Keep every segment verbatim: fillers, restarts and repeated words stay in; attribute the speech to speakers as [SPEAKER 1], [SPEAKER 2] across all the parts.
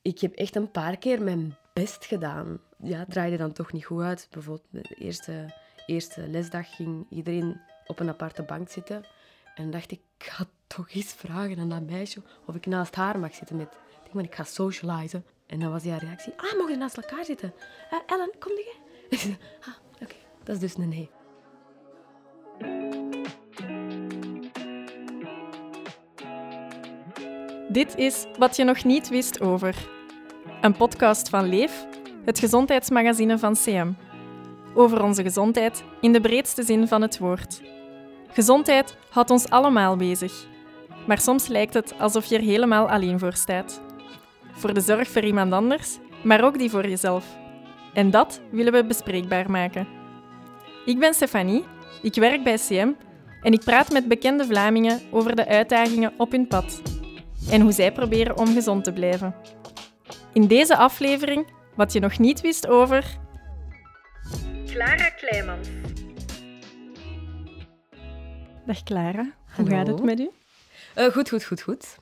[SPEAKER 1] ik heb echt een paar keer mijn best gedaan. Ja, het draaide dan toch niet goed uit. Bijvoorbeeld de eerste, eerste lesdag ging iedereen op een aparte bank zitten. En dan dacht ik, ik ga toch eens vragen aan dat meisje of ik naast haar mag zitten met... Ik denk, maar ik ga socializen. En dan was die haar reactie, ah, mogen we naast elkaar zitten? Uh, Ellen, kom jij? Ik zei, ah, oké, okay. Dat is dus een nee.
[SPEAKER 2] Dit is Wat je nog niet wist over. Een podcast van Leef, het gezondheidsmagazine van C M. Over onze gezondheid in de breedste zin van het woord. Gezondheid houdt ons allemaal bezig. Maar soms lijkt het alsof je er helemaal alleen voor staat. Voor de zorg voor iemand anders, maar ook die voor jezelf. En dat willen we bespreekbaar maken. Ik ben Stefanie, ik werk bij C M en ik praat met bekende Vlamingen over de uitdagingen op hun pad. En hoe zij proberen om gezond te blijven. In deze aflevering, wat je nog niet wist over... Clara Kleimans. Dag Clara, hoe
[SPEAKER 1] Hallo.
[SPEAKER 2] gaat het met u?
[SPEAKER 1] Uh, goed, goed, goed, goed.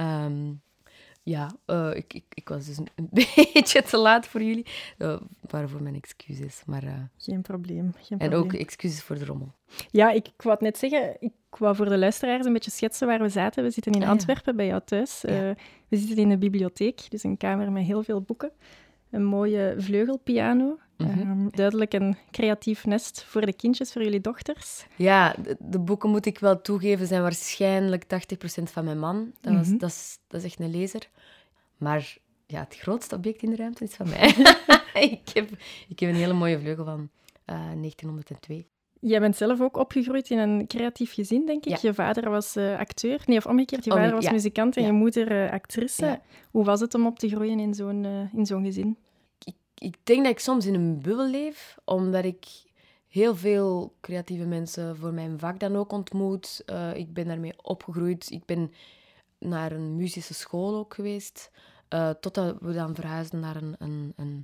[SPEAKER 1] Um, ja, uh, ik, ik, ik was dus een, een beetje te laat voor jullie. Uh, waarvoor mijn excuses. Maar, uh...
[SPEAKER 2] Geen probleem, geen
[SPEAKER 1] en
[SPEAKER 2] probleem.
[SPEAKER 1] ook excuses voor de rommel.
[SPEAKER 2] Ja, ik, ik wou het net zeggen. Ik wou voor de luisteraars een beetje schetsen waar we zaten. We zitten in
[SPEAKER 1] Ah, ja.
[SPEAKER 2] Antwerpen, bij jou thuis.
[SPEAKER 1] Ja.
[SPEAKER 2] Uh, we zitten in de bibliotheek, dus een kamer met heel veel boeken. Een mooie vleugelpiano.
[SPEAKER 1] Mm-hmm.
[SPEAKER 2] Um, duidelijk een creatief nest voor de kindjes, voor jullie dochters.
[SPEAKER 1] Ja, de, de boeken, moet ik wel toegeven, zijn waarschijnlijk tachtig procent van mijn man. Dat, was,
[SPEAKER 2] Mm-hmm.
[SPEAKER 1] dat, is, dat is echt een lezer. Maar ja, het grootste object in de ruimte is van mij. ik, heb, ik heb een hele mooie vleugel van uh, negentienhonderdtwee.
[SPEAKER 2] Jij bent zelf ook opgegroeid in een creatief gezin, denk ik.
[SPEAKER 1] Ja.
[SPEAKER 2] Je vader was uh, acteur. Nee, of omgekeerd, je
[SPEAKER 1] Omge-
[SPEAKER 2] vader was
[SPEAKER 1] ja.
[SPEAKER 2] muzikant en
[SPEAKER 1] Ja.
[SPEAKER 2] je moeder uh, actrice.
[SPEAKER 1] Ja.
[SPEAKER 2] Hoe was het om op te groeien in zo'n, uh, in zo'n gezin?
[SPEAKER 1] Ik, ik denk dat ik soms in een bubbel leef, omdat ik heel veel creatieve mensen voor mijn vak dan ook ontmoet. Uh, ik ben daarmee opgegroeid. Ik ben naar een muzische school ook geweest, uh, totdat we dan verhuisden naar een, een, een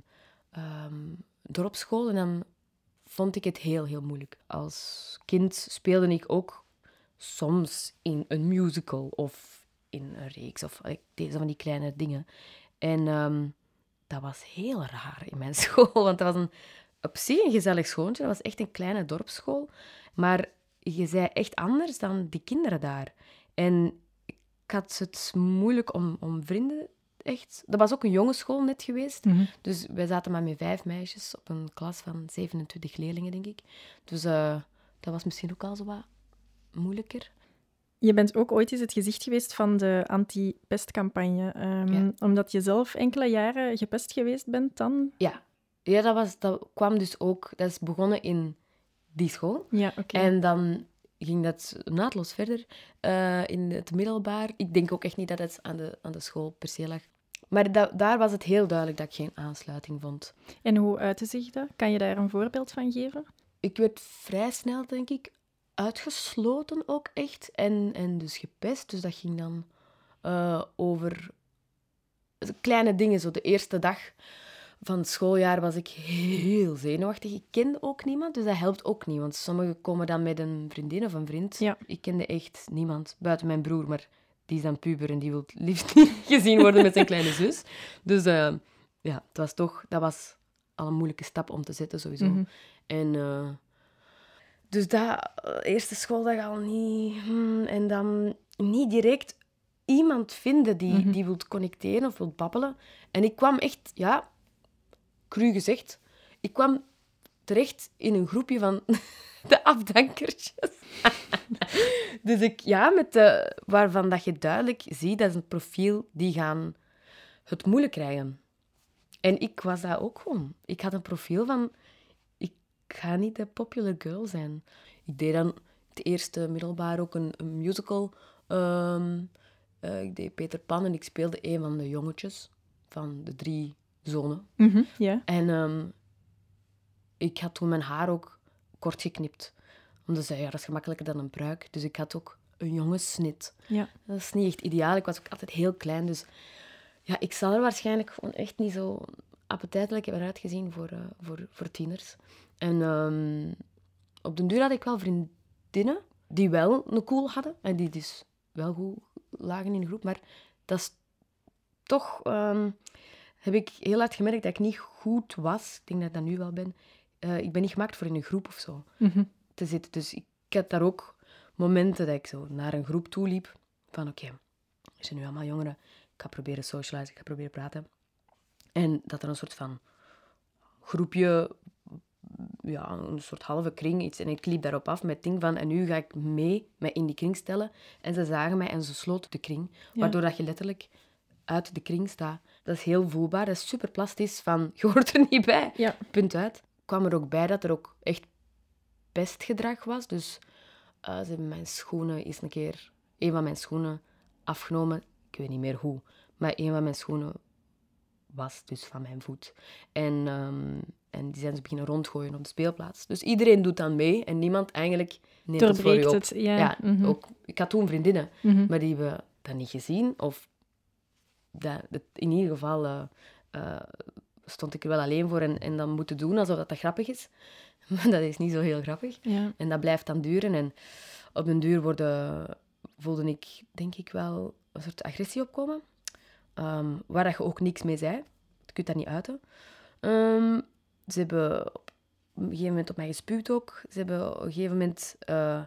[SPEAKER 1] um, dorpsschool. En dan vond ik het heel, heel moeilijk. Als kind speelde ik ook soms in een musical of in een reeks of like, deze van die kleine dingen. En um, dat was heel raar in mijn school, want dat was een, op zich een gezellig schoontje. Dat was echt een kleine dorpsschool. Maar je zei echt anders dan die kinderen daar. En ik had het moeilijk om, om vrienden, echt. Dat was ook een jongensschool net geweest.
[SPEAKER 2] Mm-hmm.
[SPEAKER 1] Dus wij zaten maar met vijf meisjes op een klas van zevenentwintig leerlingen, denk ik. Dus uh, dat was misschien ook al zo wat moeilijker.
[SPEAKER 2] Je bent ook ooit eens het gezicht geweest van de anti-pestcampagne. Um,
[SPEAKER 1] Ja.
[SPEAKER 2] Omdat je zelf enkele jaren gepest geweest bent dan?
[SPEAKER 1] Ja, ja dat, was, dat kwam dus ook... Dat is begonnen in die school.
[SPEAKER 2] Ja, oké. Okay.
[SPEAKER 1] En dan ging dat naadloos verder uh, in het middelbaar. Ik denk ook echt niet dat het aan de, aan de school per se lag. Maar da- daar was het heel duidelijk dat ik geen aansluiting vond.
[SPEAKER 2] En hoe uitte zich dat? Kan je daar een voorbeeld van geven?
[SPEAKER 1] Ik werd vrij snel, denk ik, uitgesloten ook echt. En, en dus gepest. Dus dat ging dan uh, over kleine dingen. Zo de eerste dag van het schooljaar was ik heel zenuwachtig. Ik kende ook niemand, dus dat helpt ook niet. Want sommigen komen dan met een vriendin of een vriend.
[SPEAKER 2] Ja.
[SPEAKER 1] Ik kende echt niemand, buiten mijn broer. Maar die is dan puber en die wil liefst niet gezien worden met zijn kleine zus. Dus uh, ja, het was toch... Dat was al een moeilijke stap om te zetten, sowieso.
[SPEAKER 2] Mm-hmm.
[SPEAKER 1] En... Uh, dus dat, eerste schooldag al niet. Hmm, en dan niet direct iemand vinden die,
[SPEAKER 2] mm-hmm.
[SPEAKER 1] die wil connecteren of wil babbelen. En ik kwam echt, ja, cru gezegd, ik kwam terecht in een groepje van de afdankertjes. Dus ik, ja, met de, waarvan dat je duidelijk ziet, dat is een profiel die gaan het moeilijk krijgen. En ik was dat ook gewoon. Ik had een profiel van... Ik ga niet de popular girl zijn. Ik deed dan het eerste middelbaar ook een, een musical. Um, uh, ik deed Peter Pan en ik speelde een van de jongetjes van de drie zonen.
[SPEAKER 2] Mm-hmm, yeah.
[SPEAKER 1] En um, ik had toen mijn haar ook kort geknipt. Omdat ze zei, ja, dat is gemakkelijker dan een pruik. Dus ik had ook een jongenssnit.
[SPEAKER 2] Ja.
[SPEAKER 1] Dat is niet echt ideaal. Ik was ook altijd heel klein. Dus ja, ik zal er waarschijnlijk gewoon echt niet zo appetijtelijk hebben uitgezien voor, uh, voor, voor tieners. En um, op den duur had ik wel vriendinnen die wel een cool hadden. En die dus wel goed lagen in de groep. Maar dat is toch um, heb ik heel hard gemerkt dat ik niet goed was. Ik denk dat ik dat nu wel ben. Uh, ik ben niet gemaakt voor in een groep of zo
[SPEAKER 2] Mm-hmm.
[SPEAKER 1] te zitten. Dus ik had daar ook momenten dat ik zo naar een groep toe liep. Van oké, okay, er zijn nu allemaal jongeren. Ik ga proberen socializen, ik ga proberen praten. En dat er een soort van groepje, ja, een soort halve kring iets. En ik liep daarop af met het ding van, en nu ga ik mee mij in die kring stellen. En ze zagen mij en ze sloten de kring. Ja. Waardoor dat je letterlijk uit de kring staat. Dat is heel voelbaar, dat is super plastisch van, je hoort er niet bij.
[SPEAKER 2] Ja.
[SPEAKER 1] Punt uit. Kwam er ook bij dat er ook echt pestgedrag was. Dus uh, ze hebben mijn schoenen eens een keer, een van mijn schoenen afgenomen. Ik weet niet meer hoe, maar een van mijn schoenen was dus van mijn voet. En, um, en die zijn ze beginnen rondgooien op de speelplaats. Dus iedereen doet dan mee en niemand eigenlijk neemt het voor je op.
[SPEAKER 2] Het, ja.
[SPEAKER 1] ja
[SPEAKER 2] mm-hmm.
[SPEAKER 1] ook, ik had toen vriendinnen,
[SPEAKER 2] mm-hmm.
[SPEAKER 1] maar die hebben dat niet gezien. Of dat, dat, in ieder geval uh, uh, stond ik er wel alleen voor en, en dan moeten doen alsof dat, dat grappig is. Maar dat is niet zo heel grappig.
[SPEAKER 2] Ja.
[SPEAKER 1] En dat blijft dan duren. En op den duur worden, voelde ik, denk ik wel, een soort agressie opkomen. Um, waar dat je ook niks mee zei. Je kunt dat niet uiten. Um, ze hebben op een gegeven moment op mij gespuwd ook. Ze hebben op een gegeven moment... Uh,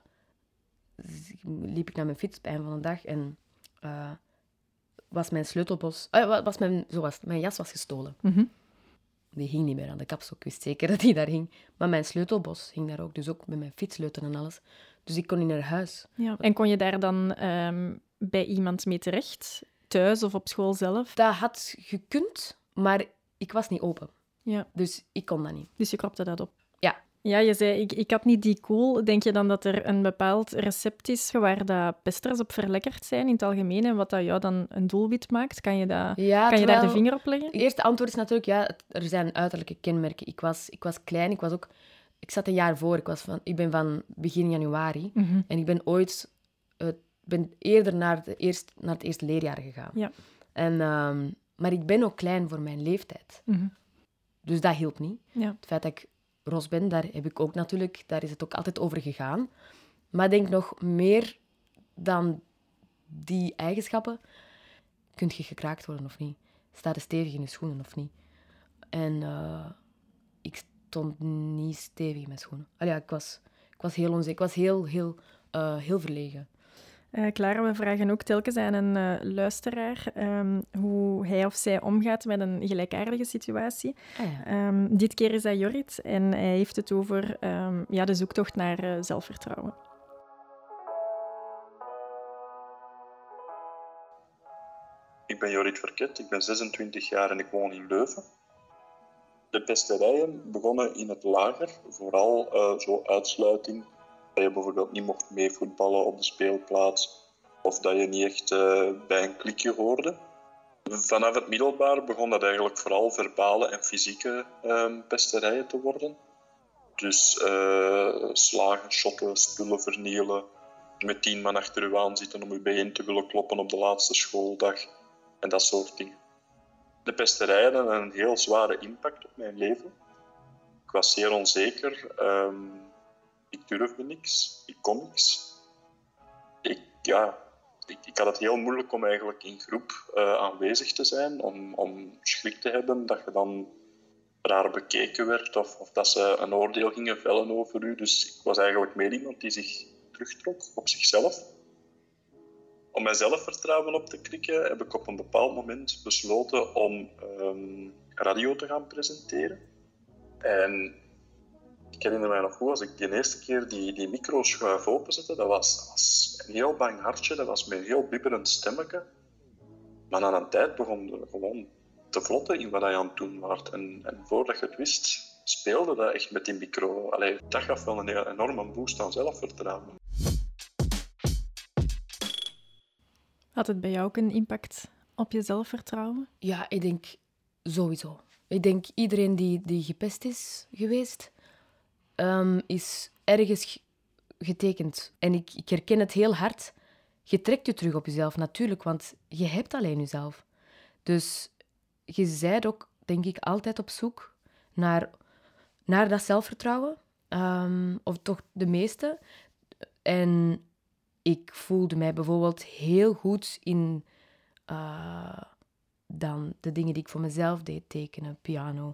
[SPEAKER 1] liep ik naar mijn fiets op het einde van de dag en uh, was mijn sleutelbos... Uh, was mijn, zo was het, mijn jas was gestolen.
[SPEAKER 2] Mm-hmm.
[SPEAKER 1] Die hing niet meer aan de kapstok. Ik wist zeker dat die daar hing. Maar mijn sleutelbos hing daar ook. Dus ook met mijn fietssleutel en alles. Dus ik kon niet naar huis.
[SPEAKER 2] Ja. En kon je daar dan um, bij iemand mee terecht? Thuis of op school zelf?
[SPEAKER 1] Dat had gekund, maar ik was niet open.
[SPEAKER 2] Ja.
[SPEAKER 1] Dus ik kon dat niet.
[SPEAKER 2] Dus je kropte dat op?
[SPEAKER 1] Ja.
[SPEAKER 2] Ja, je zei, ik, ik had niet die kool. Denk je dan dat er een bepaald recept is waar dat pesters op verlekkerd zijn in het algemeen en wat dat jou dan een doelwit maakt? Kan je, dat,
[SPEAKER 1] ja,
[SPEAKER 2] kan je
[SPEAKER 1] terwijl,
[SPEAKER 2] daar de vinger op leggen?
[SPEAKER 1] Het eerste antwoord is natuurlijk, ja, er zijn uiterlijke kenmerken. Ik was, ik was klein, ik was ook... Ik zat een jaar voor, ik, was van, ik ben van begin januari.
[SPEAKER 2] Mm-hmm.
[SPEAKER 1] En ik ben ooit... Uh, ben eerder naar, de eerst, naar het eerste leerjaar gegaan.
[SPEAKER 2] Ja.
[SPEAKER 1] En, um, maar ik ben ook klein voor mijn leeftijd.
[SPEAKER 2] Mm-hmm.
[SPEAKER 1] Dus dat hielp niet.
[SPEAKER 2] Ja.
[SPEAKER 1] Het feit dat ik ros ben, daar heb ik ook natuurlijk... Daar is het ook altijd over gegaan. Maar ik denk nog meer dan die eigenschappen... Kun je gekraakt worden of niet? Staat er stevig in je schoenen of niet? En uh, ik stond niet stevig in mijn schoenen. Allee, ja, ik, was, ik was heel onzeker. Ik was heel, heel, uh, heel verlegen.
[SPEAKER 2] Uh, Clara, we vragen ook telkens aan een uh, luisteraar um, hoe hij of zij omgaat met een gelijkaardige situatie.
[SPEAKER 1] Ah, ja.
[SPEAKER 2] um, dit keer is dat Jorrit en hij heeft het over um, ja, de zoektocht naar uh, zelfvertrouwen.
[SPEAKER 3] Ik ben Jorrit Verket, ik ben zesentwintig jaar en ik woon in Leuven. De pesterijen begonnen in het lager, vooral uh, zo uitsluiting. Dat je bijvoorbeeld niet mocht meevoetballen op de speelplaats of dat je niet echt uh, bij een klikje hoorde. Vanaf het middelbaar begon dat eigenlijk vooral verbale en fysieke uh, pesterijen te worden. Dus uh, slagen, shotten, spullen vernielen, met tien man achter u aan zitten om u bijeen te willen kloppen op de laatste schooldag en dat soort dingen. De pesterijen hadden een heel zware impact op mijn leven. Ik was zeer onzeker. Um, ik durfde niks. Ik kon niks. Ik, ja, ik, ik had het heel moeilijk om eigenlijk in groep uh, aanwezig te zijn. Om, om schrik te hebben dat je dan raar bekeken werd. Of, of dat ze een oordeel gingen vellen over u. Dus ik was eigenlijk meer iemand die zich terugtrok op zichzelf. Om mijn zelfvertrouwen op te krikken heb ik op een bepaald moment besloten om um, radio te gaan presenteren. En ik herinner mij nog goed, als ik de eerste keer die, die microschuif openzette, dat was, dat was een heel bang hartje, dat was met een heel bibberend stemmetje. Maar na een tijd begon je gewoon te vlotten in wat je aan het doen was. En, en voordat je het wist, speelde dat echt met die micro. Allee, dat gaf wel een enorme boost aan zelfvertrouwen.
[SPEAKER 2] Had het bij jou ook een impact op je zelfvertrouwen?
[SPEAKER 1] Ja, ik denk sowieso. Ik denk iedereen die, die gepest is geweest, um, is ergens getekend. En ik, ik herken het heel hard. Je trekt je terug op jezelf, natuurlijk, want je hebt alleen jezelf. Dus je bent ook, denk ik, altijd op zoek naar, naar dat zelfvertrouwen. Um, of toch de meeste. En ik voelde mij bijvoorbeeld heel goed in, uh, dan de dingen die ik voor mezelf deed, tekenen, piano.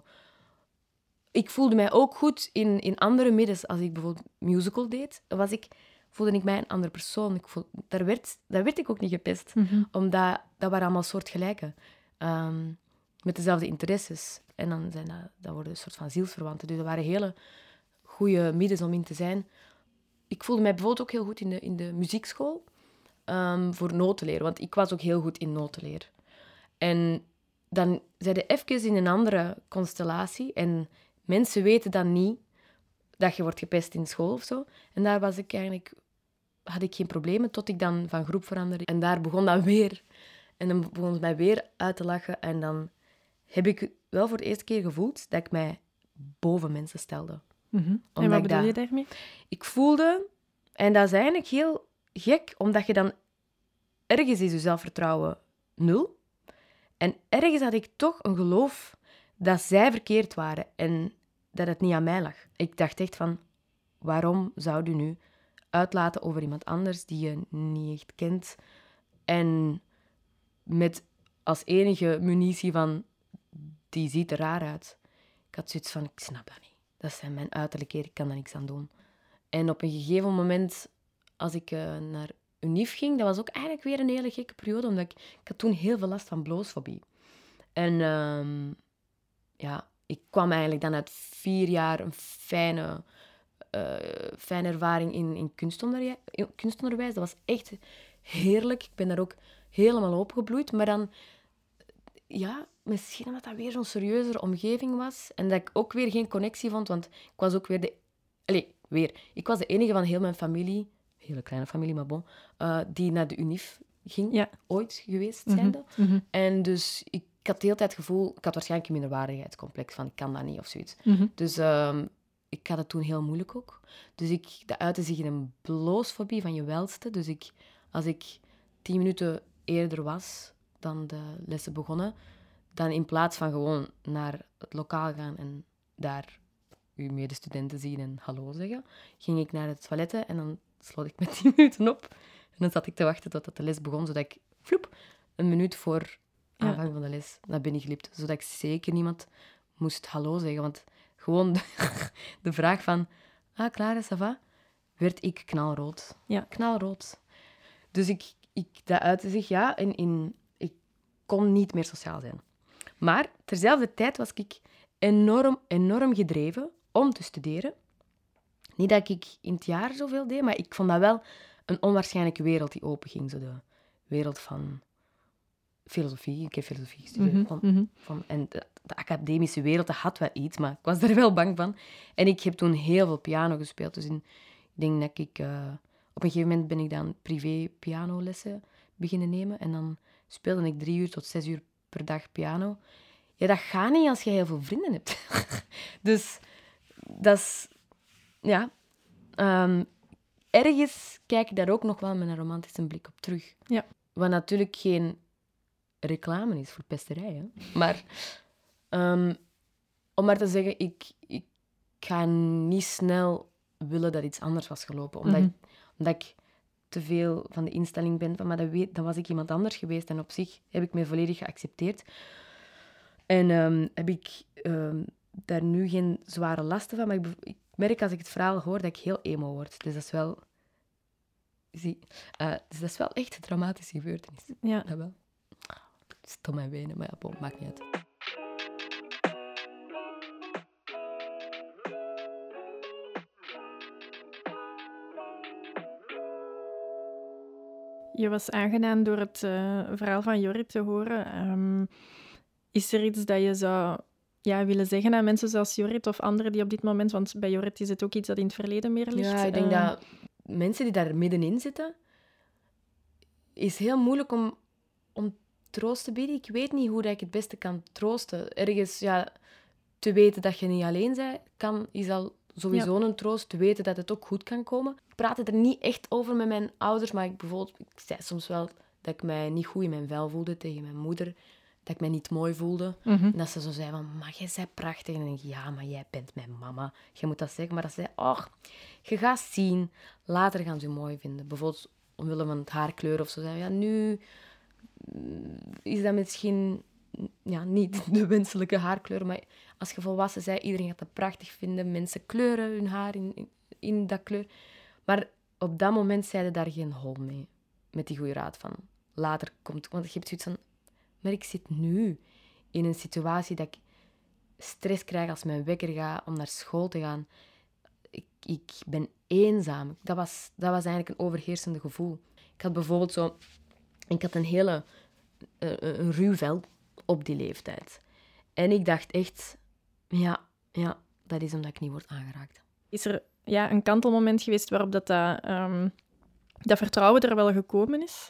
[SPEAKER 1] Ik voelde mij ook goed in, in andere middens. Als ik bijvoorbeeld musical deed, was ik, voelde ik mij een andere persoon. Ik voelde, daar, werd, daar werd ik ook niet gepest.
[SPEAKER 2] Mm-hmm.
[SPEAKER 1] Omdat dat waren allemaal soortgelijken. Um, met dezelfde interesses. En dan zijn dat, dat worden een soort van zielsverwanten. Dus dat waren hele goede middens om in te zijn. Ik voelde mij bijvoorbeeld ook heel goed in de, in de muziekschool. Um, voor notenleer. Want ik was ook heel goed in notenleer. En dan zijn we even in een andere constellatie. En mensen weten dan niet dat je wordt gepest in school of zo. En daar was ik eigenlijk, had ik geen problemen, tot ik dan van groep veranderde. En daar begon dat weer. En dan begon het mij weer uit te lachen. En dan heb ik wel voor de eerste keer gevoeld dat ik mij boven mensen stelde.
[SPEAKER 2] Mm-hmm. En wat bedoel je daarmee?
[SPEAKER 1] Ik voelde, en dat is eigenlijk heel gek, omdat je dan ergens is je zelfvertrouwen nul. En ergens had ik toch een geloof dat zij verkeerd waren en dat het niet aan mij lag. Ik dacht echt van, waarom zou je nu uitlaten over iemand anders die je niet echt kent en met als enige munitie van, die ziet er raar uit. Ik had zoiets van, ik snap dat niet. Dat zijn mijn uiterlijkheden, ik kan daar niks aan doen. En op een gegeven moment, als ik uh, naar Unif ging, dat was ook eigenlijk weer een hele gekke periode, omdat ik, ik had toen heel veel last van bloosfobie. En uh, ja, ik kwam eigenlijk dan uit vier jaar een fijne, uh, fijne ervaring in, in kunstonderwijs, in kunstonderwijs. Dat was echt heerlijk. Ik ben daar ook helemaal opgebloeid. Maar dan, ja, misschien omdat dat weer zo'n serieuzere omgeving was. En dat ik ook weer geen connectie vond, want ik was ook weer de... Allez, weer. Ik was de enige van heel mijn familie, hele kleine familie, maar bon, uh, die naar de Unif ging, ja. ooit geweest zijnde.
[SPEAKER 2] Mm-hmm. Mm-hmm.
[SPEAKER 1] En dus ik, ik had de hele tijd het gevoel... Ik had waarschijnlijk een minderwaardigheidscomplex van ik kan dat niet of zoiets.
[SPEAKER 2] Mm-hmm.
[SPEAKER 1] Dus uh, ik had het toen heel moeilijk ook. Dus ik, dat uitte zich in een bloosfobie van je welste. Dus ik, als ik tien minuten eerder was dan de lessen begonnen, dan in plaats van gewoon naar het lokaal gaan en daar uw medestudenten zien en hallo zeggen, ging ik naar het toilet en dan sloot ik met tien minuten op. En dan zat ik te wachten tot de les begon, zodat ik, vloep, een minuut voor aanvang ja. van de les naar binnen glipt. Zodat ik zeker niemand moest hallo zeggen. Want gewoon de, de vraag van, ah, Clara, ça va? Werd ik knalrood.
[SPEAKER 2] Ja.
[SPEAKER 1] Knalrood. Dus ik, ik, dat uitte zich, ja, in, in, ik kon niet meer sociaal zijn. Maar terzelfde tijd was ik enorm, enorm gedreven om te studeren. Niet dat ik in het jaar zoveel deed, maar ik vond dat wel een onwaarschijnlijke wereld die openging. Zo de wereld van filosofie. Ik heb filosofie gestudeerd.
[SPEAKER 2] Mm-hmm,
[SPEAKER 1] van,
[SPEAKER 2] mm-hmm.
[SPEAKER 1] van, en de, de academische wereld, dat had wel iets, maar ik was er wel bang van. En ik heb toen heel veel piano gespeeld. Dus in, ik denk dat ik... Uh, op een gegeven moment ben ik dan privé pianolessen beginnen nemen. En dan speelde ik drie uur tot zes uur per dag piano. Ja, dat gaat niet als je heel veel vrienden hebt. Dus dat is... Ja. Um, ergens kijk ik daar ook nog wel met een romantische blik op terug.
[SPEAKER 2] Ja.
[SPEAKER 1] Wat natuurlijk geen reclame is voor pesterij, hè. Maar um, om maar te zeggen, ik, ik ga niet snel willen dat iets anders was gelopen. Omdat, mm-hmm. ik, omdat ik te veel van de instelling ben van, maar dat weet, dan was ik iemand anders geweest. En op zich heb ik me volledig geaccepteerd. En um, heb ik um, daar nu geen zware lasten van. Maar ik, ik merk als ik het verhaal hoor dat ik heel emo word. Dus dat is wel... Zie, uh, dus dat is wel echt een dramatische gebeurtenis.
[SPEAKER 2] Ja.
[SPEAKER 1] Dat wel. Stom mijn benen, maar ja, bon, maakt niet uit.
[SPEAKER 2] Je was aangedaan door het uh, verhaal van Jorrit te horen. Um, is er iets dat je zou ja, willen zeggen aan mensen zoals Jorrit of anderen die op dit moment... Want bij Jorrit is het ook iets dat in het verleden meer ligt.
[SPEAKER 1] Ja, ik denk
[SPEAKER 2] uh,
[SPEAKER 1] dat mensen die daar middenin zitten... is heel moeilijk om, om troost te bieden. Ik weet niet hoe dat ik het beste kan troosten. Ergens, ja, te weten dat je niet alleen bent, kan, is al sowieso ja. een troost. Te weten dat het ook goed kan komen. Ik praatte er niet echt over met mijn ouders, maar ik, bijvoorbeeld, ik zei soms wel dat ik mij niet goed in mijn vel voelde tegen mijn moeder. Dat ik mij niet mooi voelde.
[SPEAKER 2] Mm-hmm.
[SPEAKER 1] En dat ze zo zei van, maar jij bent prachtig. En dan denk ik, ja, maar jij bent mijn mama. Je moet dat zeggen. Maar dat ze zei, oh, je gaat zien. Later gaan ze je mooi vinden. Bijvoorbeeld omwille van het haarkleur of zo. Zei, ja, nu is dat misschien ja, niet de wenselijke haarkleur, maar als je volwassen bent, iedereen gaat dat prachtig vinden. Mensen kleuren hun haar in, in, in dat kleur. Maar op dat moment zeiden daar geen hol mee. Met die goede raad van later komt... Want je hebt zoiets van... Maar ik zit nu in een situatie dat ik stress krijg als mijn wekker gaat om naar school te gaan. Ik, ik ben eenzaam. Dat was, dat was eigenlijk een overheersende gevoel. Ik had bijvoorbeeld zo... Ik had een hele... Een, een ruw vel op die leeftijd. En ik dacht echt... Ja, ja, dat is omdat ik niet word aangeraakt.
[SPEAKER 2] Is er ja, een kantelmoment geweest waarop dat, dat, um, dat vertrouwen er wel gekomen is?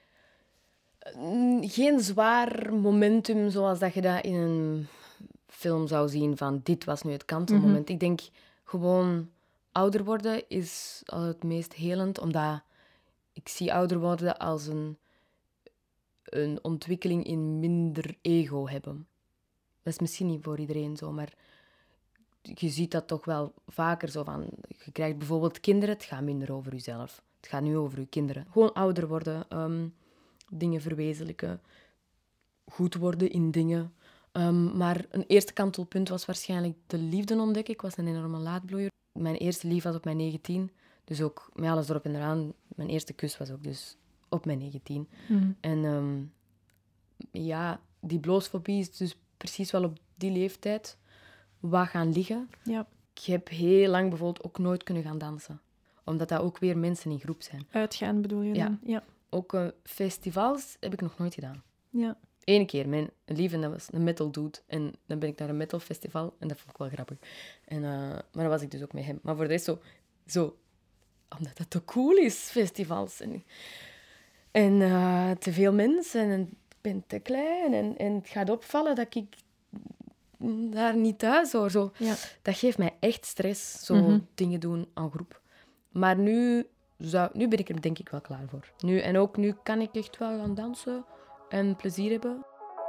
[SPEAKER 1] Geen zwaar momentum zoals dat je dat in een film zou zien van dit was nu het kantelmoment. Mm-hmm. Ik denk gewoon ouder worden is al het meest helend, omdat ik zie ouder worden als een, een ontwikkeling in minder ego hebben. Dat is misschien niet voor iedereen zo, maar je ziet dat toch wel vaker zo van... Je krijgt bijvoorbeeld kinderen, het gaat minder over jezelf. Het gaat nu over je kinderen. Gewoon ouder worden, um, dingen verwezenlijken, goed worden in dingen. Um, maar een eerste kantelpunt was waarschijnlijk de liefde ontdekken. Ik was een enorme laatbloeier. Mijn eerste lief was op mijn negentien. Dus ook met alles erop en eraan. Mijn eerste kus was ook dus op mijn negentien. Mm. En um, ja, die bloosfobie is dus precies wel op die leeftijd wat gaan liggen.
[SPEAKER 2] Ja.
[SPEAKER 1] Ik heb heel lang bijvoorbeeld ook nooit kunnen gaan dansen. Omdat dat ook weer mensen in groep zijn.
[SPEAKER 2] Uitgaan bedoel je dan?
[SPEAKER 1] Ja. ja. Ook uh, festivals heb ik nog nooit gedaan.
[SPEAKER 2] Ja.
[SPEAKER 1] Eén keer, mijn lieve, dat was een metal dude. En dan ben ik naar een metal festival en dat vond ik wel grappig. En, uh, maar dan was ik dus ook met hem. Maar voor de rest zo... zo omdat dat toch cool is, festivals. En, en uh, te veel mensen en ik ben te klein. En, en het gaat opvallen dat ik daar niet thuis hoor. Zo.
[SPEAKER 2] Ja.
[SPEAKER 1] Dat geeft mij echt stress, zo
[SPEAKER 2] mm-hmm.
[SPEAKER 1] dingen doen aan groep. Maar nu, zou, nu ben ik er denk ik wel klaar voor. Nu, en ook nu kan ik echt wel gaan dansen en plezier hebben.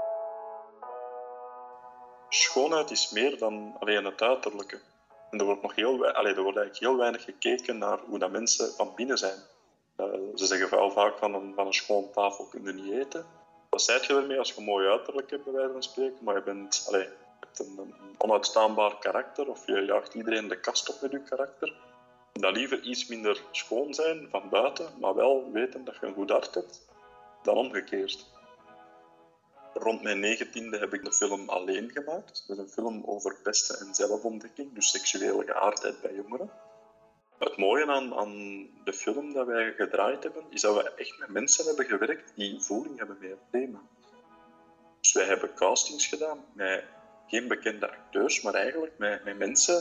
[SPEAKER 3] Schoonheid is meer dan alleen het uiterlijke. En er wordt, nog heel, allee, er wordt eigenlijk heel weinig gekeken naar hoe dat mensen van binnen zijn. Uh, ze zeggen wel vaak van een, van een schoon tafel kun je niet eten. Wat zei je ermee als je een mooi uiterlijk hebt, bij wijze van spreken, maar je bent... Allee, je hebt een, een onuitstaanbaar karakter of je jaagt iedereen de kast op met je karakter. Dat liever iets minder schoon zijn van buiten, maar wel weten dat je een goed hart hebt, dan omgekeerd. Rond mijn negentiende heb ik de film Alleen gemaakt. Dat is een film over pesten en zelfontdekking, dus seksuele geaardheid bij jongeren. Het mooie aan, aan de film dat wij gedraaid hebben, is dat we echt met mensen hebben gewerkt die voeling hebben met het thema. Dus wij hebben castings gedaan met geen bekende acteurs, maar eigenlijk met, met mensen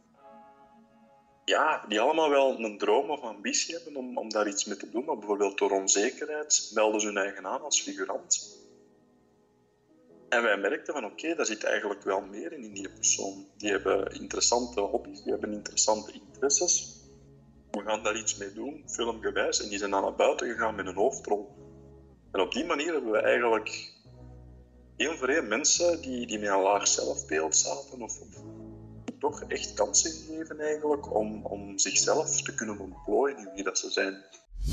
[SPEAKER 3] ja, die allemaal wel een droom of ambitie hebben om, om daar iets mee te doen. Maar bijvoorbeeld door onzekerheid melden ze hun eigen aan als figurant. En wij merkten van oké, okay, daar zit eigenlijk wel meer in, in die persoon. Die hebben interessante hobby's, die hebben interessante interesses. We gaan daar iets mee doen, filmgewijs. En die zijn dan naar buiten gegaan met een hoofdrol. En op die manier hebben we eigenlijk heel veel mensen die, die met een laag zelfbeeld zaten of, of toch echt kansen gegeven eigenlijk om, om zichzelf te kunnen ontplooien in wie dat ze zijn.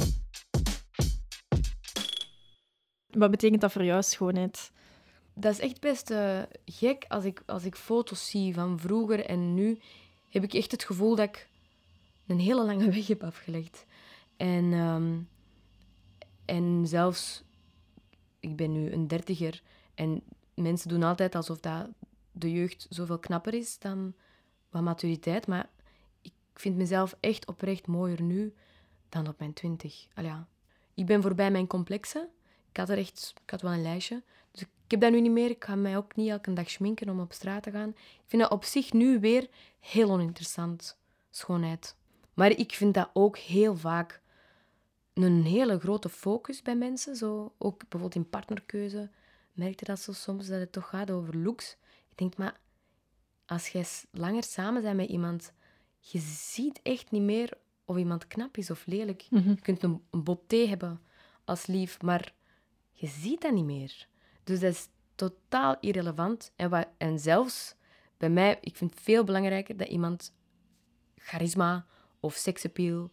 [SPEAKER 2] Wat betekent dat voor jou, schoonheid?
[SPEAKER 1] Dat is echt best uh, gek. Als ik, als ik foto's zie van vroeger en nu, heb ik echt het gevoel dat ik een hele lange weg heb afgelegd. En, um, en zelfs, ik ben nu een dertiger en mensen doen altijd alsof dat de jeugd zoveel knapper is dan wat maturiteit. Maar ik vind mezelf echt oprecht mooier nu dan op mijn twintig. Allee, ik ben voorbij mijn complexen. Ik had er echt, ik had wel een lijstje. Dus ik heb dat nu niet meer. Ik ga mij ook niet elke dag schminken om op straat te gaan. Ik vind dat op zich nu weer heel oninteressant, schoonheid. Maar ik vind dat ook heel vaak een hele grote focus bij mensen. Zo, ook bijvoorbeeld in partnerkeuze merkte dat zo soms, dat het toch gaat over looks. Ik denk, maar als jij langer samen bent met iemand, je ziet echt niet meer of iemand knap is of lelijk. Mm-hmm. Je kunt een, een botte hebben als lief, maar je ziet dat niet meer. Dus dat is totaal irrelevant. En, wat, en zelfs bij mij, ik vind het veel belangrijker dat iemand charisma of seksappeal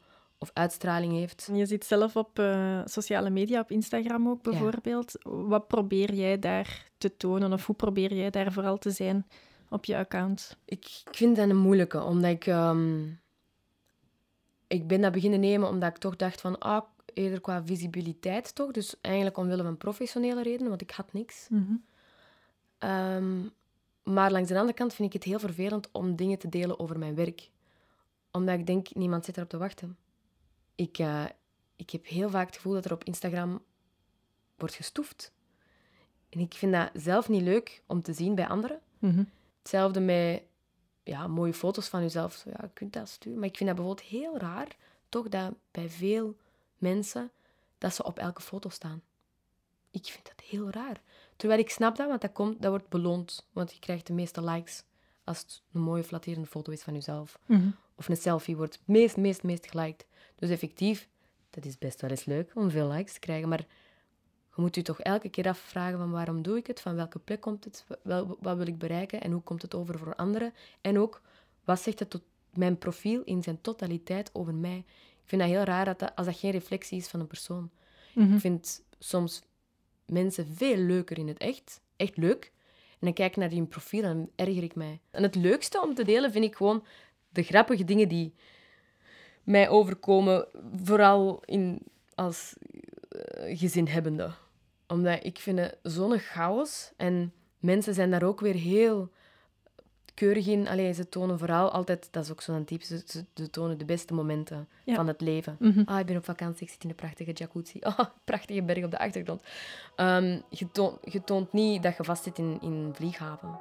[SPEAKER 1] of uitstraling heeft.
[SPEAKER 2] Je zit zelf op uh, sociale media, op Instagram ook bijvoorbeeld. Ja. Wat probeer jij daar te tonen of hoe probeer jij daar vooral te zijn op je account?
[SPEAKER 1] Ik, ik vind dat een moeilijke, omdat ik... Um, ik ben dat beginnen nemen omdat ik toch dacht van... Ah, eerder qua visibiliteit toch. Dus eigenlijk omwille van professionele redenen, want ik had niks.
[SPEAKER 2] Mm-hmm.
[SPEAKER 1] Um, maar langs de andere kant vind ik het heel vervelend om dingen te delen over mijn werk. Omdat ik denk, niemand zit erop te wachten. Ik, uh, ik heb heel vaak het gevoel dat er op Instagram wordt gestoefd. En ik vind dat zelf niet leuk om te zien bij anderen.
[SPEAKER 2] Mm-hmm.
[SPEAKER 1] Hetzelfde met ja, mooie foto's van jezelf. Ja, je kunt dat sturen. Maar ik vind dat bijvoorbeeld heel raar, toch, dat bij veel mensen, dat ze op elke foto staan. Ik vind dat heel raar. Terwijl ik snap dat, want dat, komt, dat wordt beloond. Want je krijgt de meeste likes als het een mooie, flatterende foto is van jezelf.
[SPEAKER 2] Mm-hmm.
[SPEAKER 1] Of een selfie wordt het meest, meest, meest geliked. Dus effectief, dat is best wel eens leuk om veel likes te krijgen. Maar je moet je toch elke keer afvragen van waarom doe ik het? Van welke plek komt het? Wel, wat wil ik bereiken? En hoe komt het over voor anderen? En ook, wat zegt het tot mijn profiel in zijn totaliteit over mij? Ik vind dat heel raar dat dat, als dat geen reflectie is van een persoon.
[SPEAKER 2] Mm-hmm.
[SPEAKER 1] Ik vind soms mensen veel leuker in het echt. Echt leuk. En dan kijk ik naar die profiel en dan erger ik mij. En het leukste om te delen vind ik gewoon de grappige dingen die mij overkomen. Vooral in, als uh, gezinhebbende. Omdat ik vind het zo'n chaos. En mensen zijn daar ook weer heel keurig in. Allee, ze tonen vooral altijd, dat is ook zo'n type, ze, ze tonen de beste momenten ja. van het leven.
[SPEAKER 2] Mm-hmm.
[SPEAKER 1] Ah, ik ben op vakantie, ik zit in een prachtige jacuzzi. Oh, prachtige berg op de achtergrond. Um, je, toont, je toont niet dat je vastzit in, in een vlieghaven.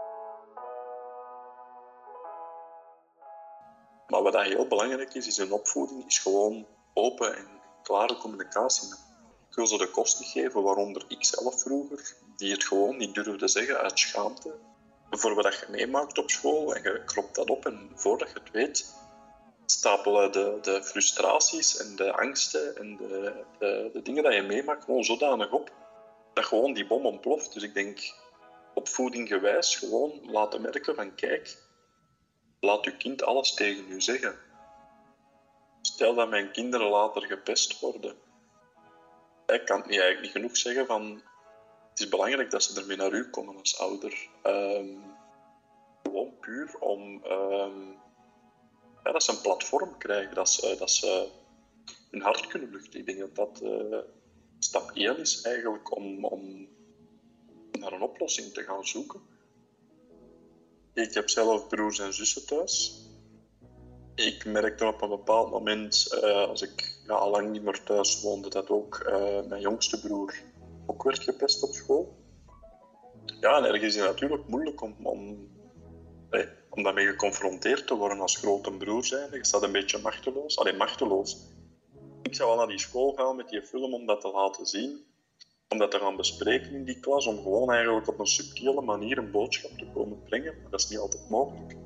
[SPEAKER 3] Maar wat heel belangrijk is, is een opvoeding, is gewoon open en klare communicatie. Ik wil ze de kost niet geven, waaronder ik zelf vroeger, die het gewoon niet durfde zeggen uit schaamte. Voor wat je meemaakt op school en je kropt dat op en voordat je het weet, stapelen de, de frustraties en de angsten en de, de, de dingen dat je meemaakt gewoon zodanig op dat gewoon die bom ontploft. Dus ik denk, opvoeding gewijs, gewoon laten merken van kijk, laat je kind alles tegen u zeggen. Stel dat mijn kinderen later gepest worden. Ik kan het niet, eigenlijk niet genoeg zeggen van... Het is belangrijk dat ze ermee naar u komen als ouder. Um, gewoon puur om... Um, ja, dat ze een platform krijgen, dat ze, dat ze hun hart kunnen luchten. Ik denk dat dat uh, stap één is eigenlijk om, om naar een oplossing te gaan zoeken. Ik heb zelf broers en zussen thuis. Ik merkte op een bepaald moment, uh, als ik ja, al lang niet meer thuis woonde, dat ook uh, mijn jongste broer ook werd gepest op school. Ja, en ergens is het natuurlijk moeilijk om, om, hey, om daarmee geconfronteerd te worden als grote broer zijn. Je staat een beetje machteloos. Allee, machteloos. Ik zou wel naar die school gaan met die film om dat te laten zien. Om dat te gaan bespreken in die klas. Om gewoon eigenlijk op een subtiele manier een boodschap te komen brengen. Maar dat is niet altijd mogelijk.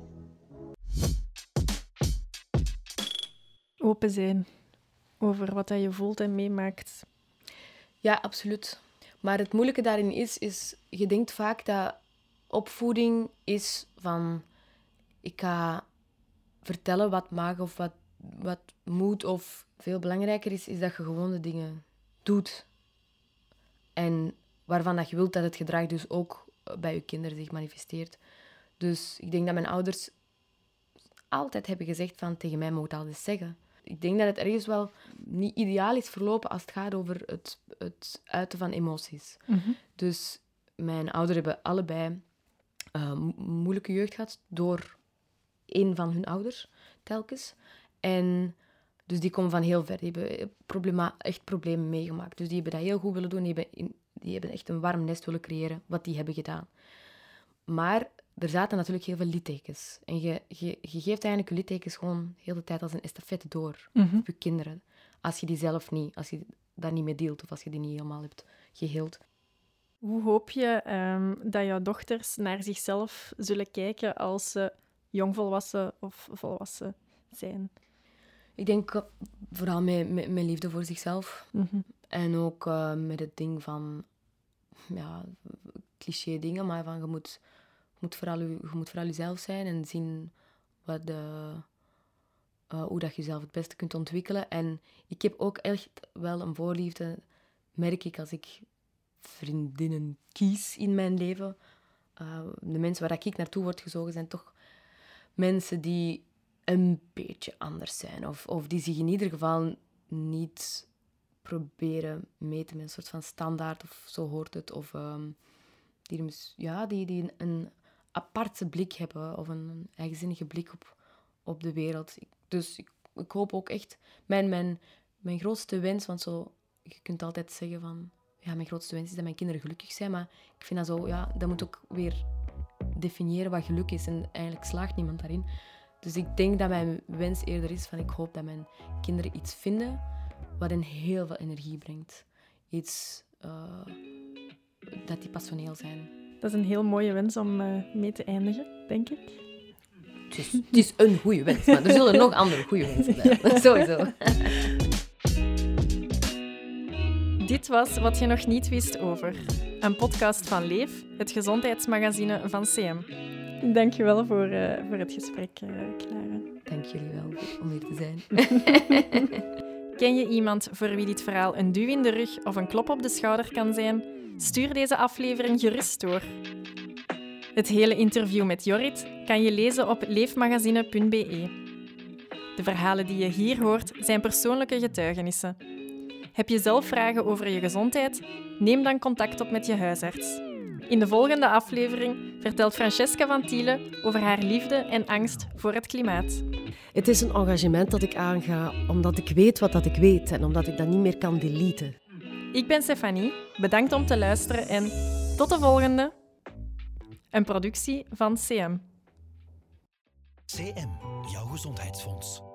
[SPEAKER 2] Open zijn over wat je voelt en meemaakt.
[SPEAKER 1] Ja, absoluut. Maar het moeilijke daarin is, is je denkt vaak dat opvoeding is van... Ik ga vertellen wat mag of wat, wat moet. Of veel belangrijker is, is dat je gewoon de dingen doet. En waarvan dat je wilt dat het gedrag dus ook bij je kinderen zich manifesteert. Dus ik denk dat mijn ouders altijd hebben gezegd van... Tegen mij moet je alles zeggen. Ik denk dat het ergens wel niet ideaal is verlopen als het gaat over het, het uiten van emoties.
[SPEAKER 2] Mm-hmm.
[SPEAKER 1] Dus mijn ouders hebben allebei uh, moeilijke jeugd gehad door één van hun ouders, telkens. En dus die komen van heel ver. Die hebben problema- echt problemen meegemaakt. Dus die hebben dat heel goed willen doen. Die hebben, in, die hebben echt een warm nest willen creëren, wat die hebben gedaan. Maar er zaten natuurlijk heel veel littekens. En je, je, je geeft eigenlijk je littekens gewoon de hele tijd als een estafette door.
[SPEAKER 2] Mm-hmm.
[SPEAKER 1] Op je kinderen. Als je die zelf niet, als je daar niet mee deelt of als je die niet helemaal hebt geheeld.
[SPEAKER 2] Hoe hoop je um, dat jouw dochters naar zichzelf zullen kijken als ze jongvolwassen of volwassen zijn?
[SPEAKER 1] Ik denk uh, vooral met, met, met liefde voor zichzelf.
[SPEAKER 2] Mm-hmm.
[SPEAKER 1] En ook uh, met het ding van... Ja, cliché dingen, maar van je moet... Je moet, vooral, je moet vooral jezelf zijn en zien wat de, uh, hoe dat je jezelf het beste kunt ontwikkelen. En ik heb ook echt wel een voorliefde, merk ik, als ik vriendinnen kies in mijn leven. Uh, de mensen waar ik naartoe word gezogen zijn toch mensen die een beetje anders zijn. Of, of die zich in ieder geval niet proberen meten met een soort van standaard of zo hoort het. Of um, die, ja, die, die een, een aparte blik hebben of een eigenzinnige blik op, op de wereld. Ik, dus ik, ik hoop ook echt... Mijn, mijn, mijn grootste wens, want zo, je kunt altijd zeggen van... Ja, mijn grootste wens is dat mijn kinderen gelukkig zijn, maar ik vind dat zo... Ja, dat moet ook weer definiëren wat geluk is en eigenlijk slaagt niemand daarin. Dus ik denk dat mijn wens eerder is van ik hoop dat mijn kinderen iets vinden wat hen heel veel energie brengt. Iets uh, dat die passioneel zijn.
[SPEAKER 2] Dat is een heel mooie wens om uh, mee te eindigen, denk ik.
[SPEAKER 1] Het is, het is een goede wens, maar er zullen nog andere goede wensen zijn. Ja. Sowieso.
[SPEAKER 2] Dit was Wat je nog niet wist over. Een podcast van Leef, het gezondheidsmagazine van C M. Dank je wel voor, uh, voor het gesprek, uh, Clara.
[SPEAKER 1] Dank jullie wel om hier te zijn.
[SPEAKER 2] Ken je iemand voor wie dit verhaal een duw in de rug of een klop op de schouder kan zijn? Stuur deze aflevering gerust door. Het hele interview met Jorrit kan je lezen op leefmagazine punt b e. De verhalen die je hier hoort zijn persoonlijke getuigenissen. Heb je zelf vragen over je gezondheid? Neem dan contact op met je huisarts. In de volgende aflevering vertelt Francesca van Tiele over haar liefde en angst voor het klimaat.
[SPEAKER 4] Het is een engagement dat ik aanga omdat ik weet wat dat ik weet en omdat ik dat niet meer kan deleten.
[SPEAKER 2] Ik ben Stefanie, bedankt om te luisteren en tot de volgende. Een productie van C M.
[SPEAKER 5] C M, jouw gezondheidsfonds.